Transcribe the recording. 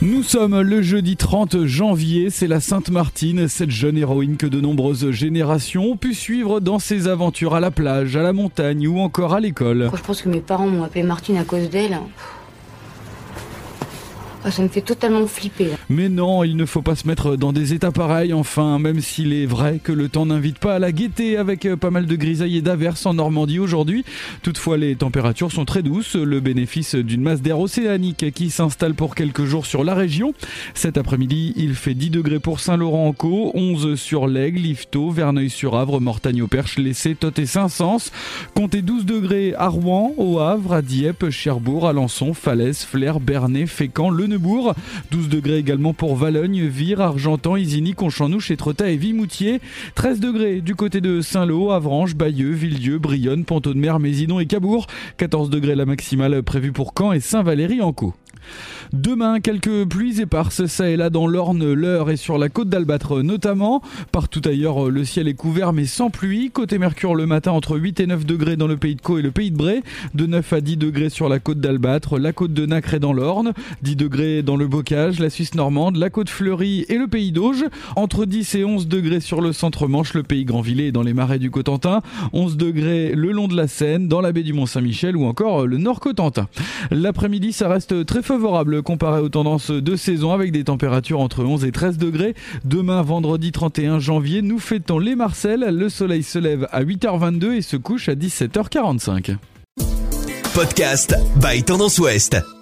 Nous sommes le jeudi 30 janvier, c'est la Sainte-Martine, cette jeune héroïne que de nombreuses générations ont pu suivre dans ses aventures à la plage, à la montagne ou encore à l'école. Je pense que mes parents m'ont appelée Martine à cause d'elle. Ça me fait totalement flipper. Mais non, il ne faut pas se mettre dans des états pareils, enfin, même s'il est vrai que le temps n'invite pas à la gaieté avec pas mal de grisailles et d'averses en Normandie aujourd'hui. Toutefois, les températures sont très douces, le bénéfice d'une masse d'air océanique qui s'installe pour quelques jours sur la région. Cet après-midi, il fait 10 degrés pour Saint-Laurent-en-Caux, 11 sur l'Aigle, Yvetot, Verneuil-sur-Avre, Mortagne-au-Perche, Lessé, Thot et Saint-Saëns. Comptez 12 degrés à Rouen, au Havre, à Dieppe, Cherbourg, Alençon, Falaise, Flers, Bernay, Fécamp, Le Neubourg. 12 degrés également pour Valogne, Vire, Argentan, Isigny, Conchamnouche, Étretat et Vimoutier. 13 degrés du côté de Saint-Lô, Avranches, Bayeux, Villedieu, Brionne, Pont-Audemer, Mézidon et Cabourg. 14 degrés la maximale prévue pour Caen et Saint-Valery-en-Caux. Demain, quelques pluies éparses, ça et là dans l'Orne, l'Eure et sur la côte d'Albâtre notamment. Partout ailleurs, le ciel est couvert mais sans pluie. Côté Mercure, le matin, entre 8 et 9 degrés dans le pays de Caux et le pays de Bray. De 9 à 10 degrés sur la côte d'Albâtre, la côte de Nacre et dans l'Orne. 10 degrés dans le Bocage, la Suisse normande, la côte fleurie et le pays d'Auge. Entre 10 et 11 degrés sur le centre-Manche, le pays Grandvillers et dans les marais du Cotentin. 11 degrés le long de la Seine, dans la baie du Mont-Saint-Michel ou encore le nord Cotentin. L'après-midi, ça reste très favorable comparé aux tendances de saison avec des températures entre 11 et 13 degrés. Demain, vendredi 31 janvier, nous fêtons les Marcel. Le soleil se lève à 8h22 et se couche à 17h45. Podcast by Tendance Ouest.